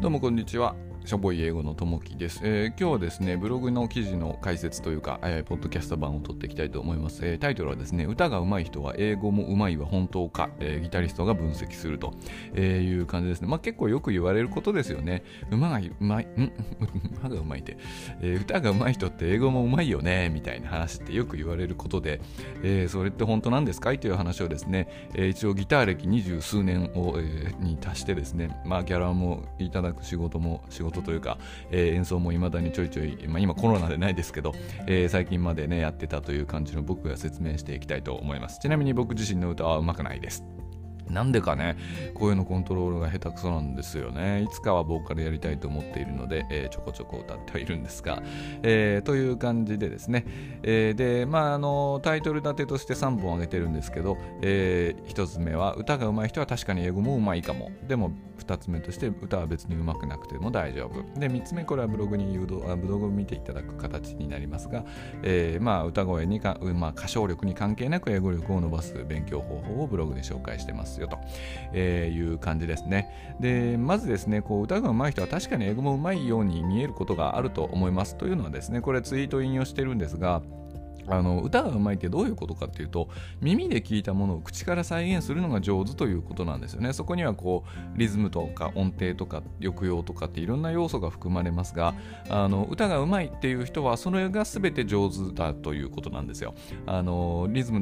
どうもこんにちは。しょぼい英語のともきです。今日はですね、ブログの記事の解説というか、ポッドキャスト版を取っていきたいと思います。タイトルはですね、歌が上手い人は英語も上手いは本当か、ギタリストが分析するという感じですね。結構よく言われることですよね。馬が上手いって、歌が上手い人って英語も上手いよねみたいな話ってよく言われることで、それって本当なんですかいという話をですね、一応ギター歴20数年に達してですね、ギャラもいただく仕事というか、演奏も未だにちょいちょい、今コロナでないですけど、最近までねやってたという感じの僕が説明していきたいと思います。ちなみに僕自身の歌は上手くないです。なんでかね、声のコントロールが下手くそなんですよね。いつかはボーカルやりたいと思っているので、ちょこちょこ歌ってはいるんですが、という感じでですね、で、タイトル立てとして3本挙げてるんですけど、1つ目は歌が上手い人は確かに英語も上手いかも。でも2つ目として歌は別に上手くなくても大丈夫。で、3つ目、これはブログを見ていただく形になりますが、歌声に歌唱力に関係なく英語力を伸ばす勉強方法をブログで紹介してますよという感じですね。で、まずですね、歌が上手い人は確かに英語も上手いように見えることがあると思います。というのはですね、これツイートを引用してるんですが、歌が上手いってどういうことかっていうと、耳で聞いたものを口から再現するのが上手ということなんですよね。そこにはリズムとか音程とか抑揚とかっていろんな要素が含まれますが、歌が上手いっていう人はそれが全て上手だということなんですよ。リズム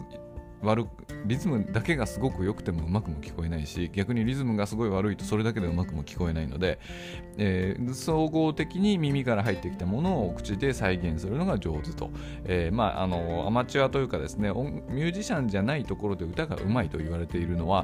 だけがすごく良くてもうまくも聞こえないし、逆にリズムがすごい悪いとそれだけでうまくも聞こえないので、総合的に耳から入ってきたものを口で再現するのが上手と、アマチュアというかですね、ミュージシャンじゃないところで歌が上手いと言われているのは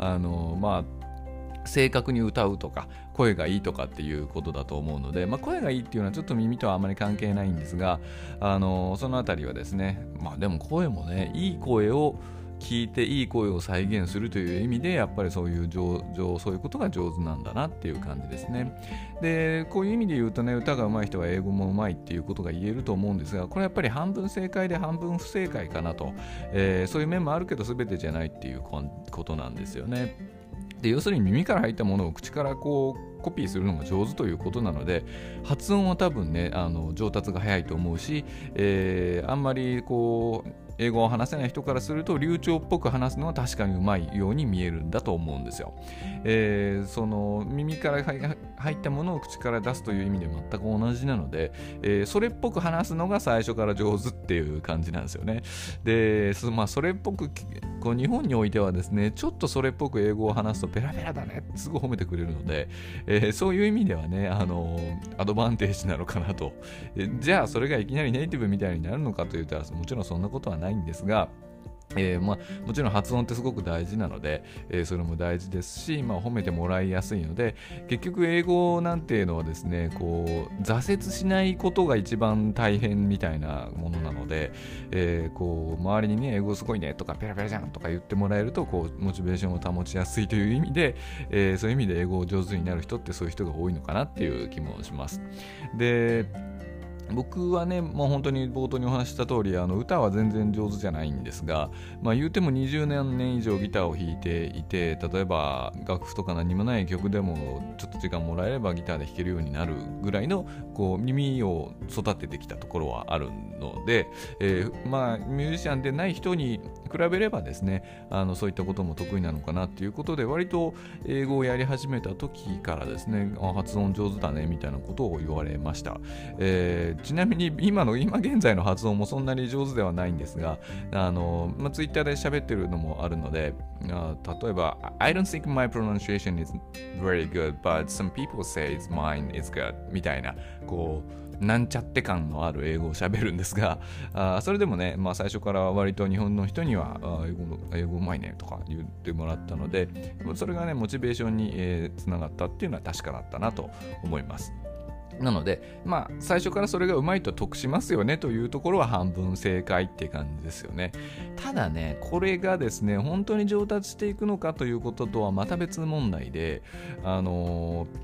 正確に歌うとか声がいいとかっていうことだと思うので、声がいいっていうのはちょっと耳とはあまり関係ないんですが、そのあたりはですね、でも声もね、いい声を聞いていい声を再現するという意味でやっぱりそういうことが上手なんだなっていう感じですね。で、こういう意味で言うとね、歌が上手い人は英語も上手いっていうことが言えると思うんですが、これやっぱり半分正解で半分不正解かなと、そういう面もあるけど全てじゃないっていうことなんですよね。で、要するに耳から入ったものを口からコピーするのが上手ということなので、発音は多分ね上達が早いと思うし、あんまり英語を話せない人からすると流暢っぽく話すのは確かにうまいように見えるんだと思うんですよ。その耳から入ったものを口から出すという意味で全く同じなので、それっぽく話すのが最初から上手っていう感じなんですよね。で、それっぽく日本においてはですね、ちょっとそれっぽく英語を話すとペラペラだねってすぐ褒めてくれるので、そういう意味ではねアドバンテージなのかなと。じゃあそれがいきなりネイティブみたいになるのかというと、もちろんそんなことはないんですが、もちろん発音ってすごく大事なので、それも大事ですし、褒めてもらいやすいので、結局英語なんていうのはですね、挫折しないことが一番大変みたいなものなので、周りにね、英語すごいねとかペラペラじゃんとか言ってもらえるとモチベーションを保ちやすいという意味で、そういう意味で英語を上手になる人ってそういう人が多いのかなっていう気もします。で、僕はね、もう本当に冒頭にお話しした通り、歌は全然上手じゃないんですが、言うても20年以上ギターを弾いていて、例えば楽譜とか何もない曲でもちょっと時間もらえればギターで弾けるようになるぐらいの耳を育ててきたところはあるので、ミュージシャンでない人に比べればですね、そういったことも得意なのかなっていうことで、割と英語をやり始めた時からですね、発音上手だねみたいなことを言われました。ちなみに今現在の発音もそんなに上手ではないんですが、ツイッターで喋ってるのもあるので、例えば I don't think my pronunciation is very good, but some people say mine is good みたいななんちゃって感のある英語を喋るんですが、それでもね、最初から割と日本の人には英語うまいねとか言ってもらったので、それがねモチベーションにつながったっていうのは確かだったなと思います。なので、最初からそれがうまいと得しますよねというところは半分正解って感じですよね。ただね、これがですね、本当に上達していくのかということとはまた別問題で、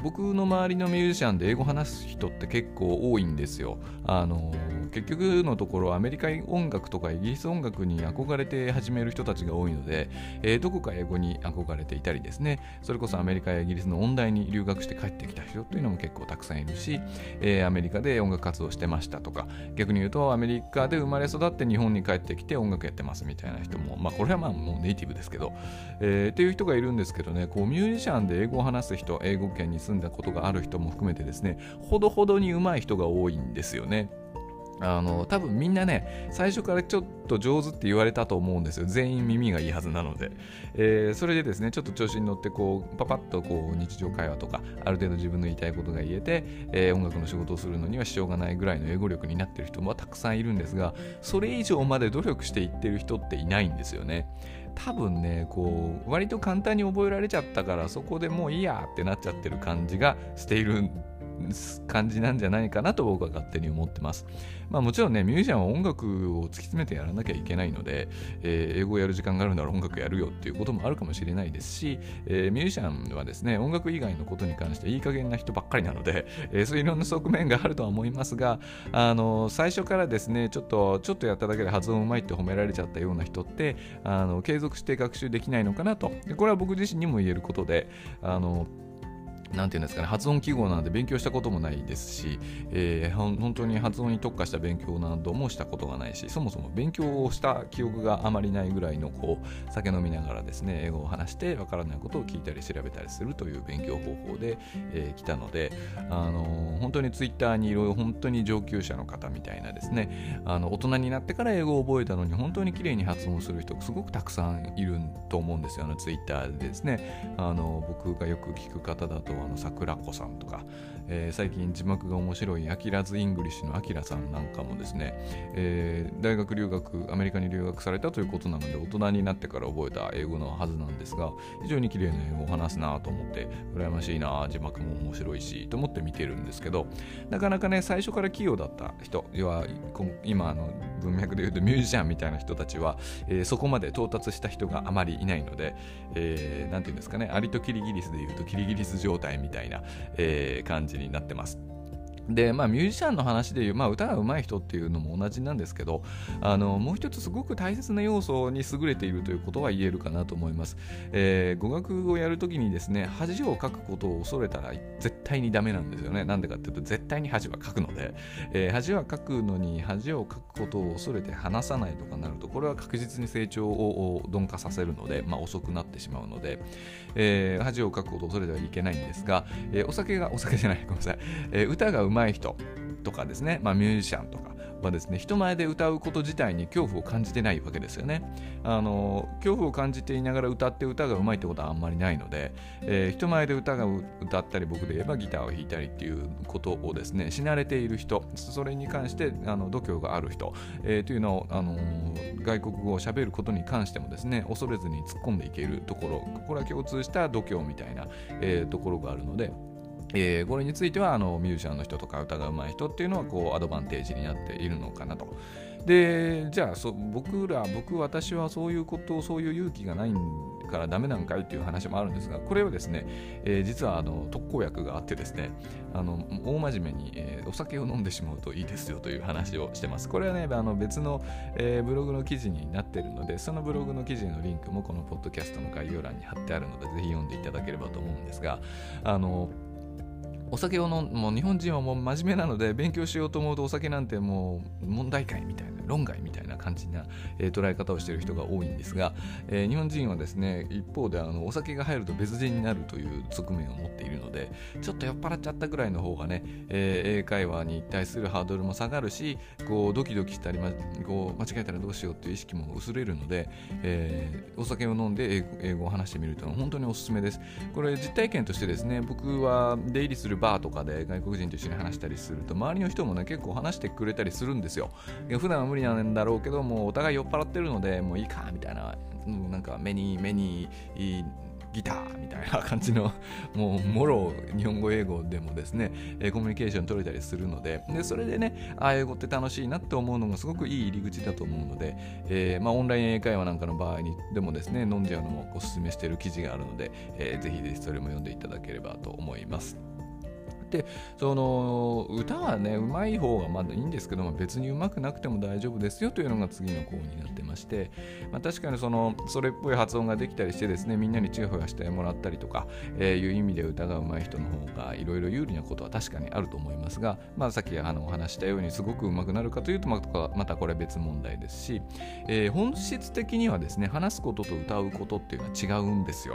僕の周りのミュージシャンで英語話す人って結構多いんですよ。結局のところアメリカ音楽とかイギリス音楽に憧れて始める人たちが多いので、どこか英語に憧れていたりですね、それこそアメリカやイギリスの音大に留学して帰ってきた人というのも結構たくさんいるし、アメリカで音楽活動してましたとか、逆に言うとアメリカで生まれ育って日本に帰ってきて音楽やってますみたいな人も、これはもうネイティブですけど、っていう人がいるんですけどね、こうミュージシャンで英語を話す人、英語圏に住んだことがある人も含めてですね、ほどほどに上手い人が多いんですよね。多分みんなね、最初からちょっと上手って言われたと思うんですよ。全員耳がいいはずなので、それでですね、ちょっと調子に乗ってこうパパッとこう日常会話とかある程度自分の言いたいことが言えて、音楽の仕事をするのには支障がないぐらいの英語力になっている人もたくさんいるんですが、それ以上まで努力していってる人っていないんですよね。多分ね、こう割と簡単に覚えられちゃったから、そこでもういいやってなっちゃってる感じがしている感じなんじゃないかなと僕は勝手に思ってます。もちろんね、ミュージシャンは音楽を突き詰めてやらなきゃいけないので、英語をやる時間があるなら音楽やるよっていうこともあるかもしれないですし、ミュージシャンはですね、音楽以外のことに関していい加減な人ばっかりなので、そういういろんな側面があるとは思いますが、最初からですね、ちょっとやっただけで発音うまいって褒められちゃったような人って継続して学習できないのかなと。でこれは僕自身にも言えることで、なんていうんですかね、発音記号なんで勉強したこともないですし、本当に発音に特化した勉強などもしたことがないし、そもそも勉強をした記憶があまりないぐらいの酒飲みながらですね、英語を話してわからないことを聞いたり調べたりするという勉強方法で来たので、本当にツイッターにいろいろ本当に上級者の方みたいなですね、大人になってから英語を覚えたのに本当に綺麗に発音する人すごくたくさんいると思うんですよ。ツイッターでですね、僕がよく聞く方だと桜子さんとか、最近字幕が面白いアキラズイングリッシュのアキラさんなんかもですね、大学留学、アメリカに留学されたということなので、大人になってから覚えた英語のはずなんですが、非常に綺麗な英語を話すなと思って、羨ましいな、字幕も面白いしと思って見てるんですけど、なかなかね、最初から器用だった人、要は今文脈でいうとミュージシャンみたいな人たちは、そこまで到達した人があまりいないので、なんていうんですかね、アリとキリギリスでいうとキリギリス状態みたいな、感じになってます。でミュージシャンの話でいう、歌が上手い人っていうのも同じなんですけど、もう一つすごく大切な要素に優れているということは言えるかなと思います。語学をやるときにですね、恥をかくことを恐れたら絶対にダメなんですよね。なんでかっていうと、絶対に恥はかくので、恥はかくのに恥をかくことを恐れて話さないとかなると、これは確実に成長を鈍化させるので、遅くなってしまうので、恥をかくことを恐れてはいけないんですが、お酒じゃない、ごめんなさい、歌が上手い人とかですね、ミュージシャンとかはですね、人前で歌うこと自体に恐怖を感じてないわけですよね。恐怖を感じていながら歌って歌が上手いってことはあんまりないので、人前で歌ったり、僕で言えばギターを弾いたりっていうことをですね、し慣れている人、それに関して度胸がある人、というのを外国語を喋ることに関してもですね、恐れずに突っ込んでいけるところ、これは共通した度胸みたいな、ところがあるので、これについてはミュージシャンの人とか歌が上手い人っていうのはアドバンテージになっているのかなと。でじゃあ私はそういう勇気がないからダメなんかいっていう話もあるんですが、これはですね、実は特効薬があってですね、大真面目に、お酒を飲んでしまうといいですよという話をしてます。これはね、別の、ブログの記事になっているので、そのブログの記事のリンクもこのポッドキャストの概要欄に貼ってあるので、ぜひ読んでいただければと思うんですが、お酒をもう日本人はもう真面目なので、勉強しようと思うとお酒なんてもう問題解みたいな、論外みたいな感じな、捉え方をしている人が多いんですが、日本人はですね、一方でお酒が入ると別人になるという側面を持っているので、ちょっと酔っ払っちゃったぐらいの方がね、英会話に対するハードルも下がるし、ドキドキしたり、間違えたらどうしようという意識も薄れるので、お酒を飲んで英語を話してみるというのは本当におすすめです。これ実体験としてですね、僕は出入りするバーとかで外国人と一緒に話したりすると、周りの人もね、結構話してくれたりするんですよ。普段は無理なんだろうけども、お互い酔っ払ってるのでもういいかみたいな、なんか目にギターみたいな感じのもうもろ日本語英語でもですね、コミュニケーション取れたりするので、それでね、英語って楽しいなって思うのがすごくいい入り口だと思うので、オンライン英会話なんかの場合にでもですね、飲んじゃうのもおすすめしている記事があるので、ぜひぜひそれも読んでいただければと思います。 でその歌はね上手い方がまだいいんですけども、別に上手くなくても大丈夫ですよというのが次の項になってまして、確かにそれっぽい発音ができたりしてですね、みんなにチヤホヤしてもらったりとか、いう意味で歌が上手い人の方がいろいろ有利なことは確かにあると思いますが、さっきお話したようにすごく上手くなるかというとまたこれ別問題ですし、本質的にはですね、話すことと歌うことっていうのは違うんですよ。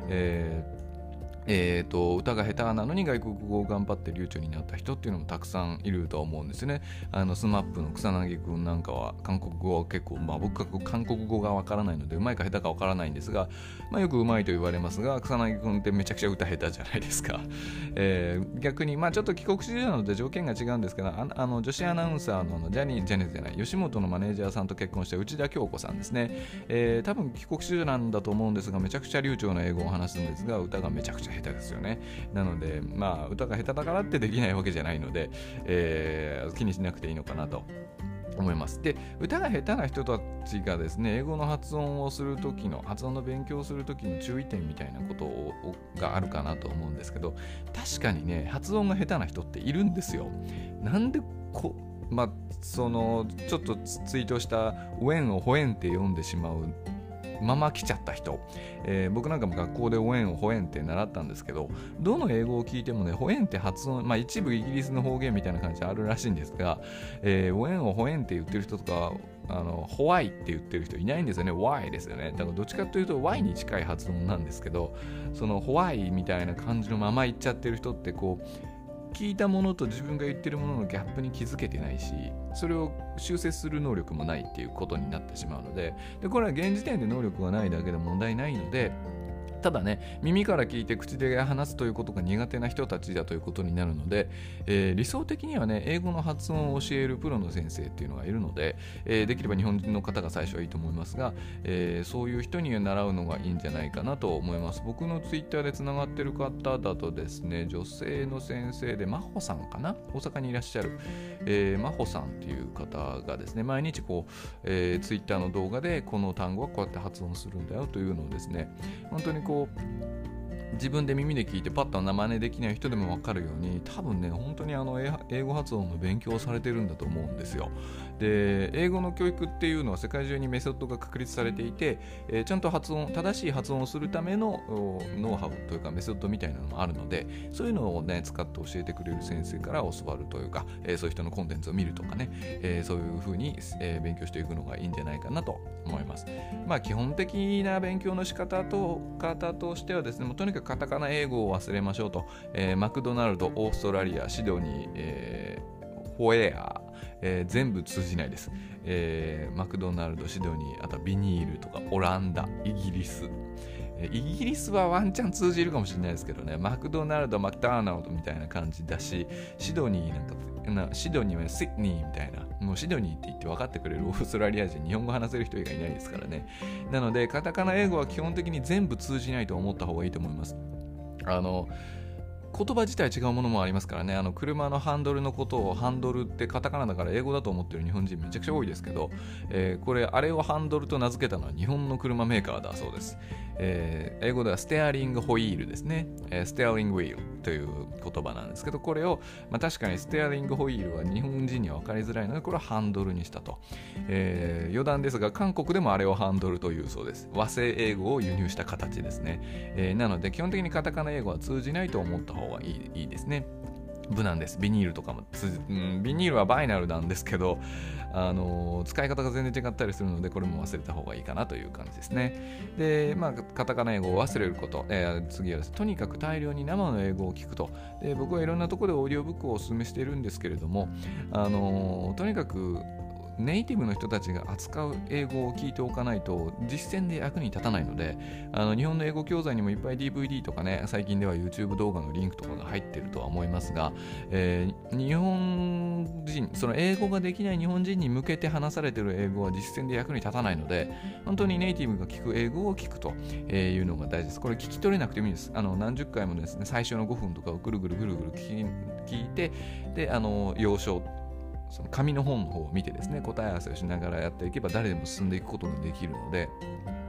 歌が下手なのに外国語を頑張って流暢になった人っていうのもたくさんいると思うんですね。スマップの草薙くんなんかは韓国語は結構、僕は韓国語がわからないのでうまいか下手かわからないんですが、よくうまいと言われますが、草薙くんってめちゃくちゃ歌下手じゃないですか。逆にちょっと帰国子女なので条件が違うんですけど、女子アナウンサーのジャニーズじゃない吉本のマネージャーさんと結婚した内田恭子さんですね。多分帰国子女なんだと思うんですが、めちゃくちゃ流暢な英語を話すんですが、歌がめちゃくちゃ下手ですよね。なので歌が下手だからってできないわけじゃないので、気にしなくていいのかなと思います。で、歌が下手な人たちがですね、英語の発音をするときの発音の勉強をするときの注意点みたいなことがあるかなと思うんですけど、確かにね発音が下手な人っているんですよ。なんでちょっとツイートしたウェンをホエンって読んでしまうまま来ちゃった人、僕なんかも学校でウェンをホエンって習ったんですけど、どの英語を聞いてもねホエンって発音、一部イギリスの方言みたいな感じであるらしいんですが、ウェンをホエンって言ってる人とかホワイって言ってる人いないんですよね。ワイですよね。だからどっちかというとワイに近い発音なんですけど、そのホワイみたいな感じのまま言っちゃってる人って聞いたものと自分が言ってるもののギャップに気づけてないし、それを修正する能力もないっていうことになってしまうので、これは現時点で能力がないだけで問題ないので、ただね、耳から聞いて口で話すということが苦手な人たちだということになるので、理想的にはね、英語の発音を教えるプロの先生っていうのがいるので、できれば日本人の方が最初はいいと思いますが、そういう人に習うのがいいんじゃないかなと思います。僕のツイッターでつながってる方だとですね、女性の先生で真帆さんかな、大阪にいらっしゃる、真帆さんっていう方がですね、毎日ツイッターの動画でこの単語はこうやって発音するんだよというのをですね、本当に自分で耳で聞いてパッと真似できない人でも分かるように、多分ね本当に英語発音の勉強をされてるんだと思うんですよ。で、英語の教育っていうのは世界中にメソッドが確立されていて、ちゃんと正しい発音をするためのノウハウというかメソッドみたいなのもあるので、そういうのをね使って教えてくれる先生から教わるというか、そういう人のコンテンツを見るとかね、そういう風に、勉強していくのがいいんじゃないかなと思います。基本的な勉強の仕方としてはですね、もうとにかくカタカナ英語を忘れましょうと。マクドナルド、オーストラリア、シドニー、ホエア、全部通じないです。マクドナルド、シドニー、あとはビニールとかオランダ、イギリス。イギリスはワンチャン通じるかもしれないですけどね、マクドナルド、マクダーナルドみたいな感じだし、シドニーシドニーはシドニーみたいな、もうシドニーって言って分かってくれるオーストラリア人、日本語話せる人以外いないですからね。なのでカタカナ英語は基本的に全部通じないと思った方がいいと思います。言葉自体違うものもありますからね。車のハンドルのことをハンドルってカタカナだから英語だと思ってる日本人めちゃくちゃ多いですけど、あれをハンドルと名付けたのは日本の車メーカーだそうです。英語ではステアリングホイールですね。ステアリングウィールという言葉なんですけど、これを、確かにステアリングホイールは日本人には分かりづらいので、これはハンドルにしたと。余談ですが、韓国でもあれをハンドルというそうです。和製英語を輸入した形ですね。なので基本的にカタカナ英語は通じないと思った方がいいですね。無難です。ビニールとかもビニールはバイナルなんですけど、使い方が全然違ったりするので、これも忘れた方がいいかなという感じですね。で、カタカナ英語を忘れること、次はですね、とにかく大量に生の英語を聞くと。で、僕はいろんなところでオーディオブックをお勧めしているんですけれども、とにかくネイティブの人たちが扱う英語を聞いておかないと実践で役に立たないので、日本の英語教材にもいっぱい DVD とかね、最近では YouTube 動画のリンクとかが入ってるとは思いますが、日本人、その英語ができない日本人に向けて話されている英語は実践で役に立たないので、本当にネイティブが聞く英語を聞くというのが大事です。これ聞き取れなくてもいいです。何十回もですね、最初の5分とかをぐるぐる聞いて、で、要所その紙の本の方を見てですね、答え合わせをしながらやっていけば誰でも進んでいくことができるので、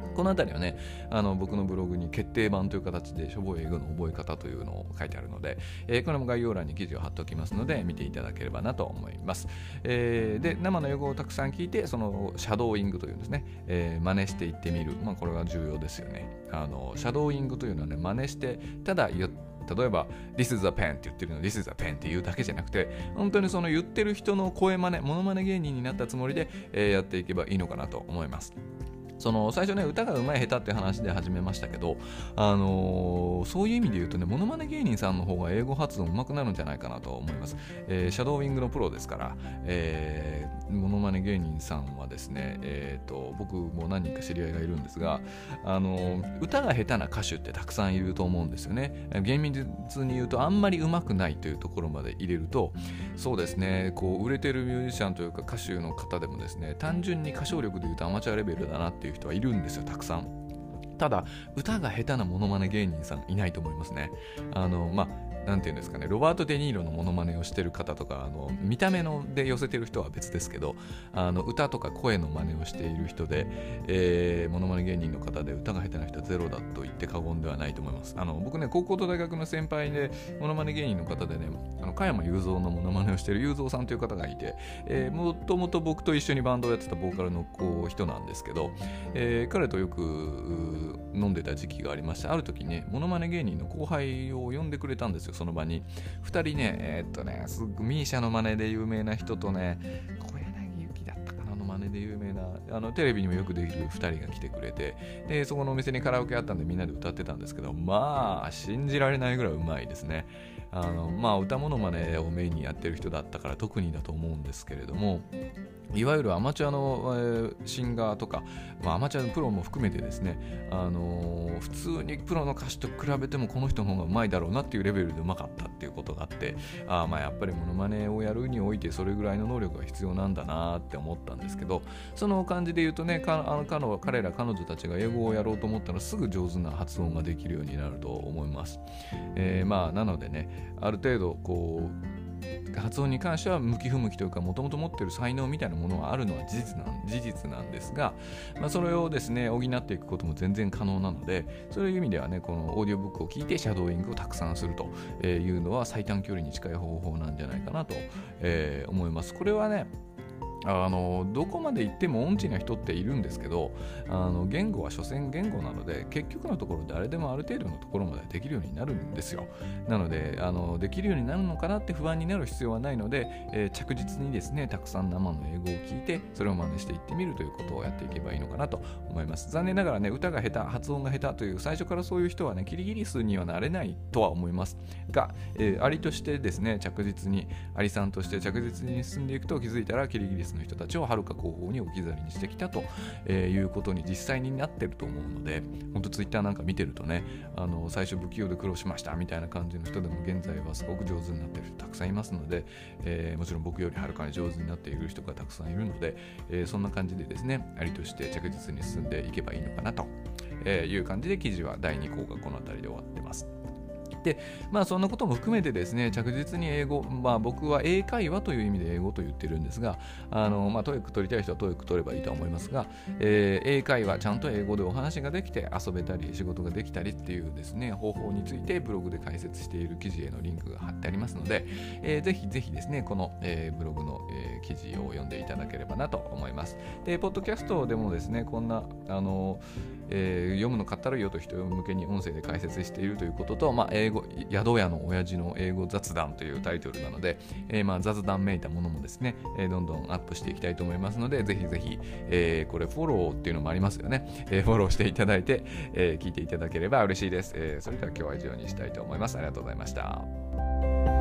このあたりはね、僕のブログに決定版という形でしょぼい英語の覚え方というのを書いてあるので、これも概要欄に記事を貼っておきますので見ていただければなと思います。で、生の英語をたくさん聞いて、そのシャドーイングというんですね、真似していってみる。これが重要ですよね。シャドーイングというのはね、真似して、ただ例えば This is a pen って言ってるの This is a pen って言うだけじゃなくて、本当にその言ってる人の声真似、モノマネ芸人になったつもりで、やっていけばいいのかなと思います。最初ね、歌が上手い下手って話で始めましたけど、そういう意味で言うとね、モノマネ芸人さんの方が英語発音上手くなるんじゃないかなと思います。シャドーイングのプロですから、モノマネ芸人さんはですね、僕も何人か知り合いがいるんですが、歌が下手な歌手ってたくさんいると思うんですよね。厳密に言うとあんまり上手くないというところまで入れると、そうですね、売れてるミュージシャンというか歌手の方でもですね、単純に歌唱力で言うとアマチュアレベルだなっていう人はいるんですよ、たくさん。ただ歌が下手なモノマネ芸人さんいないと思いますね。なんていうんですかね、ロバート・デ・ニーロのモノマネをしてる方とか、見た目ので寄せてる人は別ですけど、歌とか声の真似をしている人で、モノマネ芸人の方で歌が下手な人はゼロだと言って過言ではないと思います。僕ね、高校と大学の先輩でモノマネ芸人の方でね、加山雄三のモノマネをしている雄三さんという方がいて、もともと僕と一緒にバンドをやってたボーカルの人なんですけど、彼とよく飲んでた時期がありまして、ある時ね、モノマネ芸人の後輩を呼んでくれたんですよ、その場に。2人ね、すぐミーシャの真似で有名な人とね、小柳ゆきだったかなの真似で有名な、テレビにもよくできる2人が来てくれて、で、そこのお店にカラオケあったんでみんなで歌ってたんですけど、信じられないぐらいうまいですね。歌モノマネをメインにやってる人だったから特にだと思うんですけれども、いわゆるアマチュアの、シンガーとか、アマチュアのプロも含めてですね、普通にプロの歌手と比べてもこの人の方がうまいだろうなっていうレベルでうまかったっていうことがあって、やっぱりモノマネをやるにおいてそれぐらいの能力が必要なんだなって思ったんですけど、その感じで言うとね、彼女たちが英語をやろうと思ったらすぐ上手な発音ができるようになると思います。なのでね、ある程度発音に関しては向き不向きというか、もともと持っている才能みたいなものがあるのは事実なんですが、それをですね補っていくことも全然可能なので、そういう意味ではね、このオーディオブックを聞いてシャドーイングをたくさんするというのは最短距離に近い方法なんじゃないかなと思います。これはね、どこまで行っても音痴な人っているんですけど、言語は所詮言語なので、結局のところ誰でもある程度のところまでできるようになるんですよ。なのでできるようになるのかなって不安になる必要はないので、着実にですねたくさん生の英語を聞いてそれを真似していってみるということをやっていけばいいのかなと思います。残念ながらね、歌が下手、発音が下手という最初からそういう人はねキリギリスにはなれないとは思いますが、アリとしてですね着実にアリさんとして着実に進んでいくと、気づいたらキリギリスの人たちをはるか後方に置き去りにしてきたということに実際になってると思うので、本当ツイッターなんか見てるとね、最初不器用で苦労しましたみたいな感じの人でも現在はすごく上手になっている人たくさんいますので、もちろん僕よりはるかに上手になっている人がたくさんいるので、そんな感じでですねアリとして着実に進んでいけばいいのかなという感じで、記事は第2項がこの辺りで終わってます。で、そんなことも含めてですね、着実に英語、僕は英会話という意味で英語と言ってるんですが、TOEIC 取りたい人は TOEIC 取ればいいと思いますが、英会話、ちゃんと英語でお話ができて遊べたり仕事ができたりっていうですね方法についてブログで解説している記事へのリンクが貼ってありますので、ぜひぜひですねこの、ブログの、記事を読んでいただければなと思います。で、ポッドキャストでもですねこんな読むのかったらいいよと人向けに音声で解説しているということと、英語宿屋の親父の英語雑談というタイトルなので、雑談めいたものもですね、どんどんアップしていきたいと思いますので、ぜひぜひ、これフォローっていうのもありますよね、フォローしていただいて、聞いていただければ嬉しいです。それでは今日は以上にしたいと思います。ありがとうございました。